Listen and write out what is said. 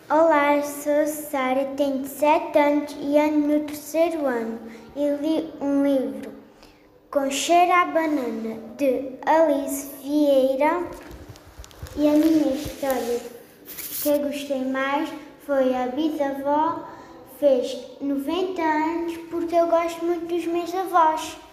Olá, sou Sara, tenho 7 anos e ando no 3º ano e li um livro Com Cheiro à Banana, de Alice Vieira, e a minha história que eu gostei mais foi a bisavó fez 90 anos porque eu gosto muito dos meus avós.